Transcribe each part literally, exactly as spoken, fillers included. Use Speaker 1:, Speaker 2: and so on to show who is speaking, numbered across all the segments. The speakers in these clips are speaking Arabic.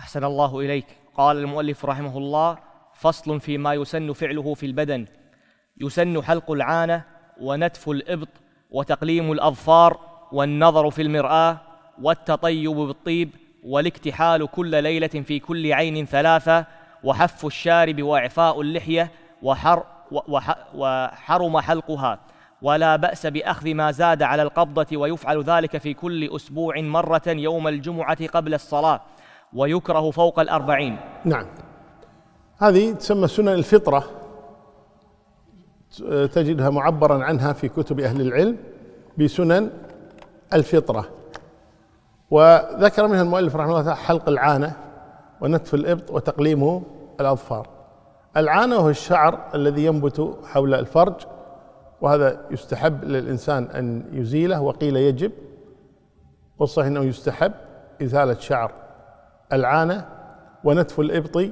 Speaker 1: أحسن الله إليك. قال المؤلف رحمه الله: فصل فيما يسن فعله في البدن. يسن حلق العانة ونتف الإبط وتقليم الأظفار والنظر في المرآة والتطيب بالطيب والاكتحال كل ليلة في كل عين ثلاثة وحف الشارب وإعفاء اللحية وحر وح وحرم حلقها، ولا بأس بأخذ ما زاد على القبضة، ويفعل ذلك في كل أسبوع مرة يوم الجمعة قبل الصلاة، ويكره فوق الأربعين.
Speaker 2: نعم، هذه تسمى سنن الفطرة، تجدها معبرا عنها في كتب أهل العلم بسنن الفطرة. وذكر منها المؤلف رحمه الله تعالى حلق العانة ونتف الإبط وتقليم الأظفار. العانة هو الشعر الذي ينبت حول الفرج، وهذا يستحب للإنسان أن يزيله، وقيل يجب، والصحيح أنه يستحب إزالة شعر العانة. ونتف الإبط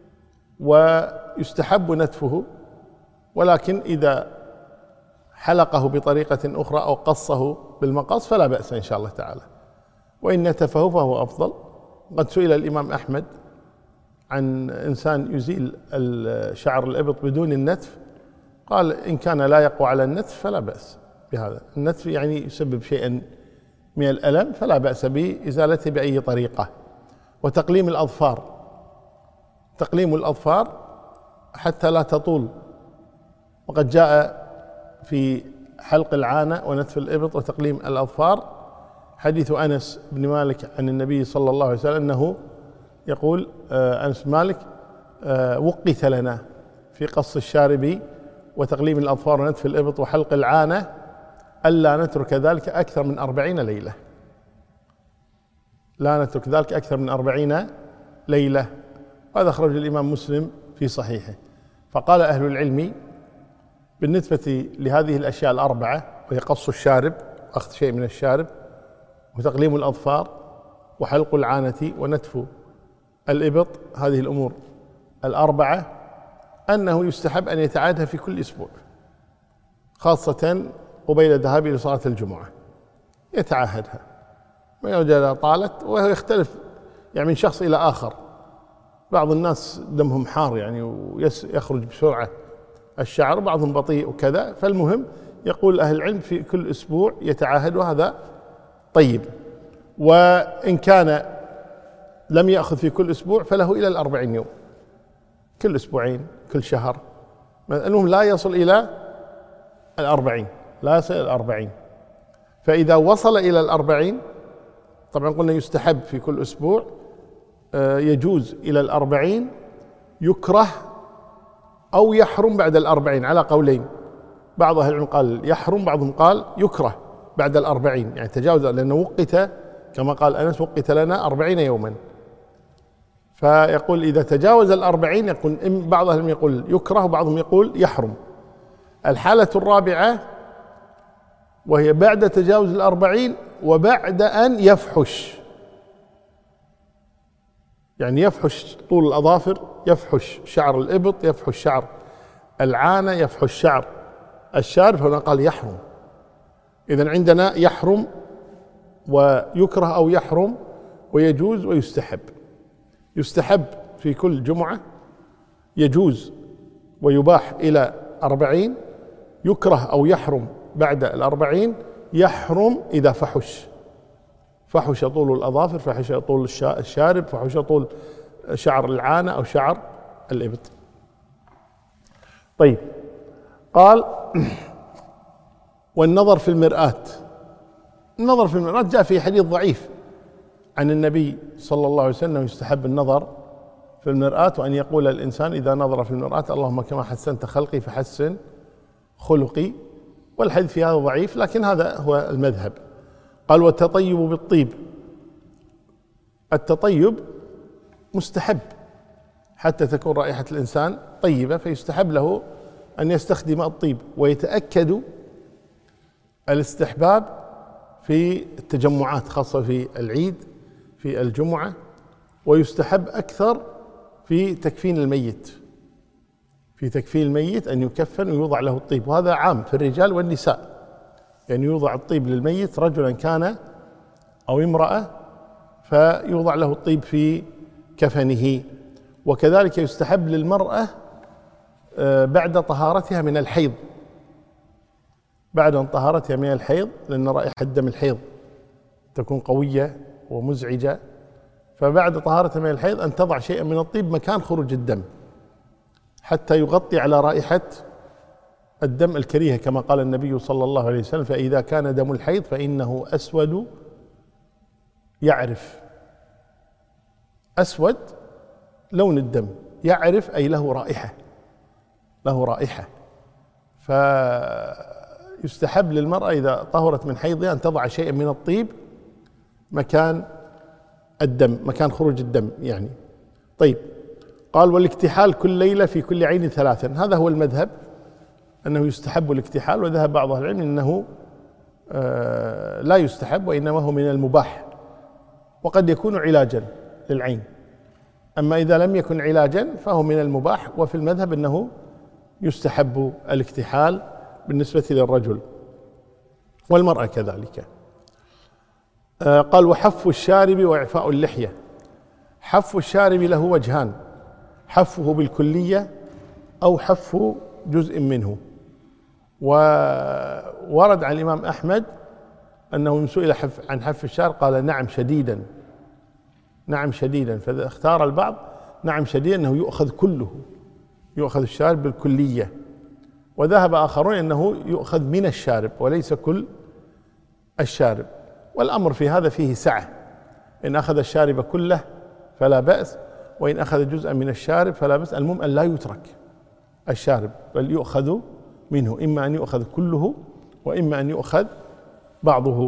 Speaker 2: ويستحب نتفه، ولكن إذا حلقه بطريقة أخرى أو قصه بالمقص فلا بأس إن شاء الله تعالى، وإن نتفه فهو أفضل. قد سئل الإمام أحمد عن إنسان يزيل شعر الإبط بدون النتف، قال إن كان لا يقوى على النتف فلا بأس بهذا. النتف يعني يسبب شيئا من الألم، فلا بأس بإزالته بأي طريقة. وتقليم الأظفار، تقليم الأظفار حتى لا تطول، وقد جاء في حلق العانة ونتف الإبط وتقليم الأظفار حديث أنس بن مالك عن النبي صلى الله عليه وسلم أنه يقول آه أنس بن مالك آه وقت لنا في قص الشارب وتقليم الأظفار ونتف الإبط وحلق العانة ألا نترك ذلك أكثر من أربعين ليلة، لا نترك ذلك أكثر من أربعين ليلة. وهذا أخرج الإمام مسلم في صحيحه. فقال أهل العلم بالنسبة لهذه الأشياء الأربعة، وهي قص الشارب أخذ شيء من الشارب وتقليم الأظفار وحلق العانة ونتف الإبط، هذه الأمور الأربعة، أنه يستحب أن يتعادها في كل أسبوع، خاصة قبيل ذهابه لصلاة الجمعة يتعاهدها، ما وجد طالت. وهو يختلف يعني من شخص إلى آخر، بعض الناس دمهم حار يعني ويخرج بسرعة الشعر، بعضهم بطيء وكذا. فالمهم يقول أهل العلم في كل أسبوع يتعاهد، وهذا طيب. وإن كان لم يأخذ في كل أسبوع فله إلى الأربعين يوم، كل أسبوعين كل شهر، المهم لا يصل إلى الأربعين، لا يصل إلى الأربعين. فإذا وصل إلى الأربعين، طبعا قلنا يستحب في كل أسبوع، يجوز إلى الأربعين، يكره أو يحرم بعد الأربعين على قولين. بعض أهل العلم قال يحرم، بعضهم قال يكره بعد الأربعين، يعني تجاوز، لأنه وقت كما قال أنس وقت لنا أربعين يوما. فيقول إذا تجاوز الأربعين يقول، بعض أهل العلم يقول يكره وبعضهم يقول يحرم. الحالة الرابعة وهي بعد تجاوز الأربعين وبعد أن يفحش، يعني يفحش طول الأظافر، يفحش شعر الإبط، يفحش شعر العانة، يفحش شعر الشارب، هنا قال يحرم. إذن عندنا يحرم ويكره أو يحرم ويجوز ويستحب. يستحب في كل جمعة، يجوز ويباح إلى أربعين، يكره أو يحرم بعد الأربعين، يحرم إذا فحش، فحش طول الأظافر، فحش طول الشارب، فحش طول شعر العانة أو شعر الإبط. طيب، قال والنظر في المرآة. النظر في المرآة جاء في حديث ضعيف عن النبي صلى الله عليه وسلم يستحب النظر في المرآة، وأن يقول الإنسان إذا نظر في المرآة اللهم كما حسنت خلقي فحسن خلقي. والحديث في هذا ضعيف، لكن هذا هو المذهب. قال والتطيب بالطيب. التطيب مستحب حتى تكون رائحة الإنسان طيبة، فيستحب له أن يستخدم الطيب، ويتأكد الاستحباب في التجمعات، خاصة في العيد في الجمعة، ويستحب أكثر في تكفين الميت، في تكفين الميت أن يكفن ويوضع له الطيب، وهذا عام في الرجال والنساء، يعني يوضع الطيب للميت رجلا كان أو امرأة، فيوضع له الطيب في كفنه. وكذلك يستحب للمرأة بعد طهارتها من الحيض، بعد طهارتها من الحيض، لأن رائحة دم الحيض تكون قوية ومزعجة، فبعد طهارتها من الحيض أن تضع شيئا من الطيب مكان خروج الدم حتى يغطي على رائحة الدم الكريهة، كما قال النبي صلى الله عليه وسلم: فإذا كان دم الحيض فإنه أسود يعرف. أسود لون الدم، يعرف أي له رائحة، له رائحة. فيستحب للمرأة إذا طهرت من حيضها أن تضع شيئا من الطيب مكان الدم، مكان خروج الدم يعني. طيب، قال: والاكتحال كل ليلة في كل عين ثلاثا. هذا هو المذهب، أنه يستحب الاكتحال، وذهب بعض أهل العلم أنه آه لا يستحب، وإنما هو من المباح، وقد يكون علاجا للعين. أما إذا لم يكن علاجا فهو من المباح، وفي المذهب أنه يستحب الاكتحال بالنسبة للرجل، والمرأة كذلك. آه قال: وحف الشارب وإعفاء اللحية. حف الشارب له وجهان: حفه بالكلية أو حف جزء منه. وورد عن الإمام أحمد أنه من سئل حف عن حف الشارب قال: نعم شديدا، نعم شديدا. فاختار البعض نعم شديدا أنه يؤخذ كله، يؤخذ الشارب بالكلية. وذهب آخرون أنه يؤخذ من الشارب وليس كل الشارب، والأمر في هذا فيه سعة. إن أخذ الشارب كله فلا بأس، وإن أخذ جزءا من الشارب فلا بأس. المهم أن لا يترك الشارب، بل يؤخذ منه، إما أن يؤخذ كله وإما أن يؤخذ بعضه.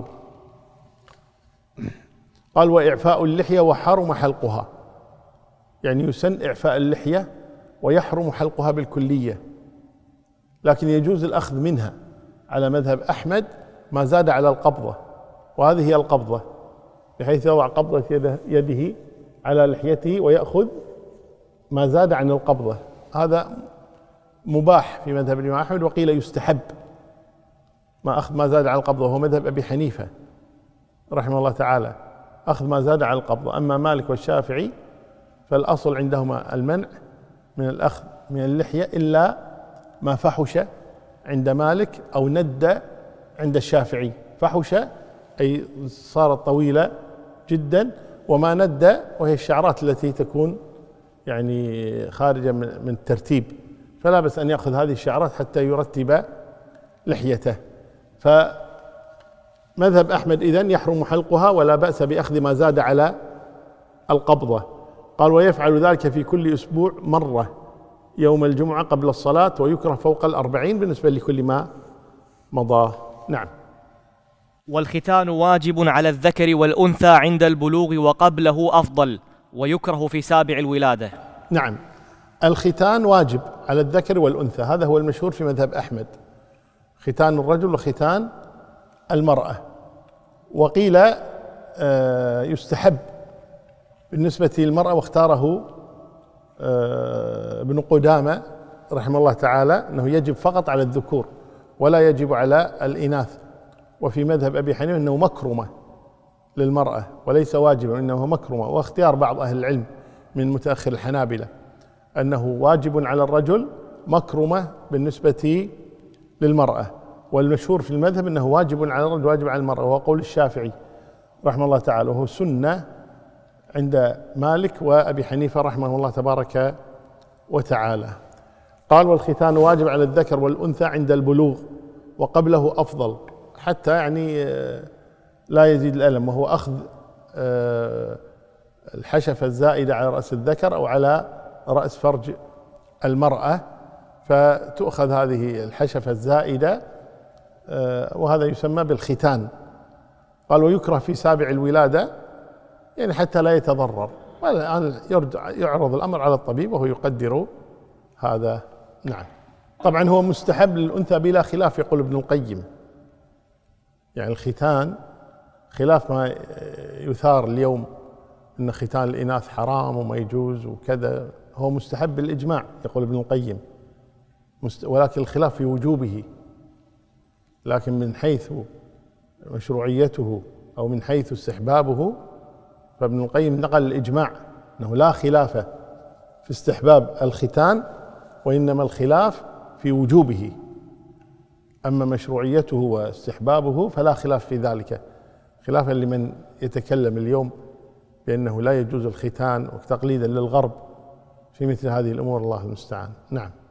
Speaker 2: قال: وإعفاء اللحية وحرم حلقها. يعني يسن إعفاء اللحية ويحرم حلقها بالكلية، لكن يجوز الأخذ منها على مذهب أحمد ما زاد على القبضة، وهذه هي القبضة، بحيث يضع قبضة يده, يده على لحيته ويأخذ ما زاد عن القبضة. هذا مباح في مذهب الإمام أحمد، وقيل يستحب ما أخذ ما زاد على القبضة، وهو مذهب أبي حنيفة رحمه الله تعالى، أخذ ما زاد على القبضة. أما مالك والشافعي فالأصل عندهما المنع من الأخذ من اللحية إلا ما فحش عند مالك أو ند عند الشافعي. فحش أي صارت طويلة جدا، وما ند وهي الشعرات التي تكون يعني خارجة من الترتيب، فلا بأس أن يأخذ هذه الشعرات حتى يرتب لحيته. فمذهب أحمد إذن يحرم حلقها ولا بأس بأخذ ما زاد على القبضة. قال: ويفعل ذلك في كل أسبوع مرة يوم الجمعة قبل الصلاة، ويكره فوق الأربعين بالنسبة لكل ما مضى. نعم.
Speaker 1: والختان واجب على الذكر والأنثى عند البلوغ وقبله أفضل، ويكره في سابع الولادة.
Speaker 2: نعم، الختان واجب على الذكر والأنثى، هذا هو المشهور في مذهب أحمد، ختان الرجل وختان المرأة. وقيل يستحب بالنسبة للمرأة، واختاره ابن قدامة رحمه الله تعالى أنه يجب فقط على الذكور ولا يجب على الإناث. وفي مذهب أبي حنيفة أنه مكرمة للمرأة وليس واجبا، إنه مكرمة. واختيار بعض أهل العلم من متأخر الحنابلة أنه واجب على الرجل، مكرمة بالنسبة للمرأة. والمشهور في المذهب أنه واجب على الرجل واجب على المرأة، وهو قول الشافعي رحمه الله تعالى، وهو سنة عند مالك وأبي حنيفة رحمه الله تبارك وتعالى. قال: والختان واجب على الذكر والأنثى عند البلوغ وقبله أفضل، حتى يعني لا يزيد الألم، وهو أخذ الحشفة الزائدة على رأس الذكر أو على رأس فرج المرأة، فتؤخذ هذه الحشفة الزائدة، وهذا يسمى بالختان. قال: ويكره في سابع الولادة، يعني حتى لا يتضرر، والآن يعرض الأمر على الطبيب وهو يقدر هذا. نعم. طبعا هو مستحب للأنثى بلا خلاف، يقول ابن القيم، يعني الختان خلاف ما يثار اليوم أن ختان الإناث حرام وما يجوز وكذا، هو مستحب بالإجماع يقول ابن القيم، ولكن الخلاف في وجوبه، لكن من حيث مشروعيته أو من حيث استحبابه فابن القيم نقل الإجماع أنه لا خلاف في استحباب الختان، وإنما الخلاف في وجوبه، أما مشروعيته واستحبابه فلا خلاف في ذلك، خلافا لمن يتكلم اليوم بأنه لا يجوز الختان وتقليدا للغرب في مثل هذه الأمور. الله المستعان. نعم.